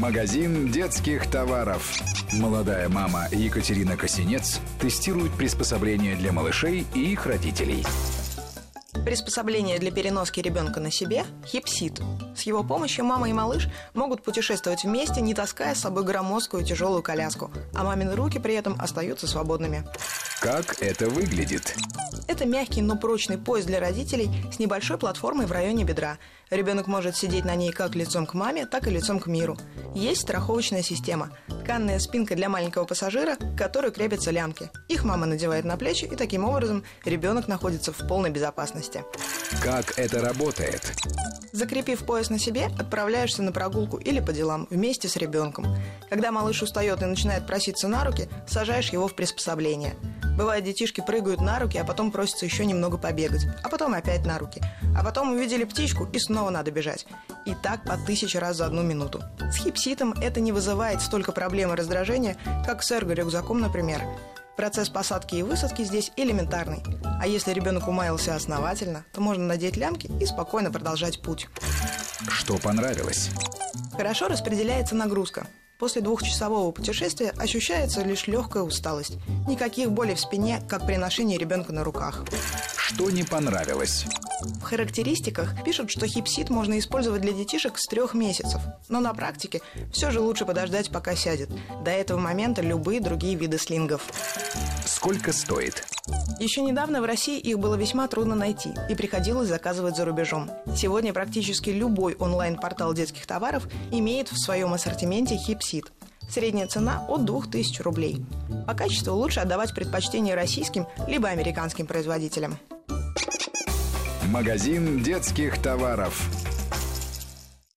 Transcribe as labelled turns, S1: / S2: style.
S1: Магазин детских товаров. Молодая мама Екатерина Косинец тестирует приспособления для малышей и их родителей.
S2: Приспособление для переноски ребенка на себе – хипсит. С его помощью мама и малыш могут путешествовать вместе, не таская с собой громоздкую тяжелую коляску, а мамины руки при этом остаются свободными.
S1: Как это выглядит?
S2: Это мягкий, но прочный пояс для родителей с небольшой платформой в районе бедра. Ребенок может сидеть на ней как лицом к маме, так и лицом к миру. Есть страховочная система – тканная спинка для маленького пассажира, к которой крепятся лямки. Их мама надевает на плечи, и таким образом ребенок находится в полной безопасности.
S1: Как это работает?
S2: Закрепив пояс на себе, отправляешься на прогулку или по делам вместе с ребенком. Когда малыш устает и начинает проситься на руки, сажаешь его в приспособление. Бывает, детишки прыгают на руки, а потом просятся еще немного побегать, а потом опять на руки. А потом увидели птичку, и снова надо бежать. И так по 1000 раз за 1 минуту. С хипситом это не вызывает столько проблем и раздражения, как с эрго-рюкзаком, например. Процесс посадки и высадки здесь элементарный. А если ребенок умаялся основательно, то можно надеть лямки и спокойно продолжать путь.
S1: Что понравилось?
S2: Хорошо распределяется нагрузка. После 2-часового путешествия ощущается лишь легкая усталость. Никаких болей в спине, как при ношении ребенка на руках.
S1: Что не понравилось?
S2: В характеристиках пишут, что хипсит можно использовать для детишек с 3 месяцев. Но на практике все же лучше подождать, пока сядет. До этого момента любые другие виды слингов.
S1: Сколько стоит?
S2: Еще недавно в России их было весьма трудно найти, и приходилось заказывать за рубежом. Сегодня практически любой онлайн-портал детских товаров имеет в своем ассортименте хипсит. Средняя цена от 2000 рублей. По качеству лучше отдавать предпочтение российским либо американским производителям.
S1: Магазин детских товаров.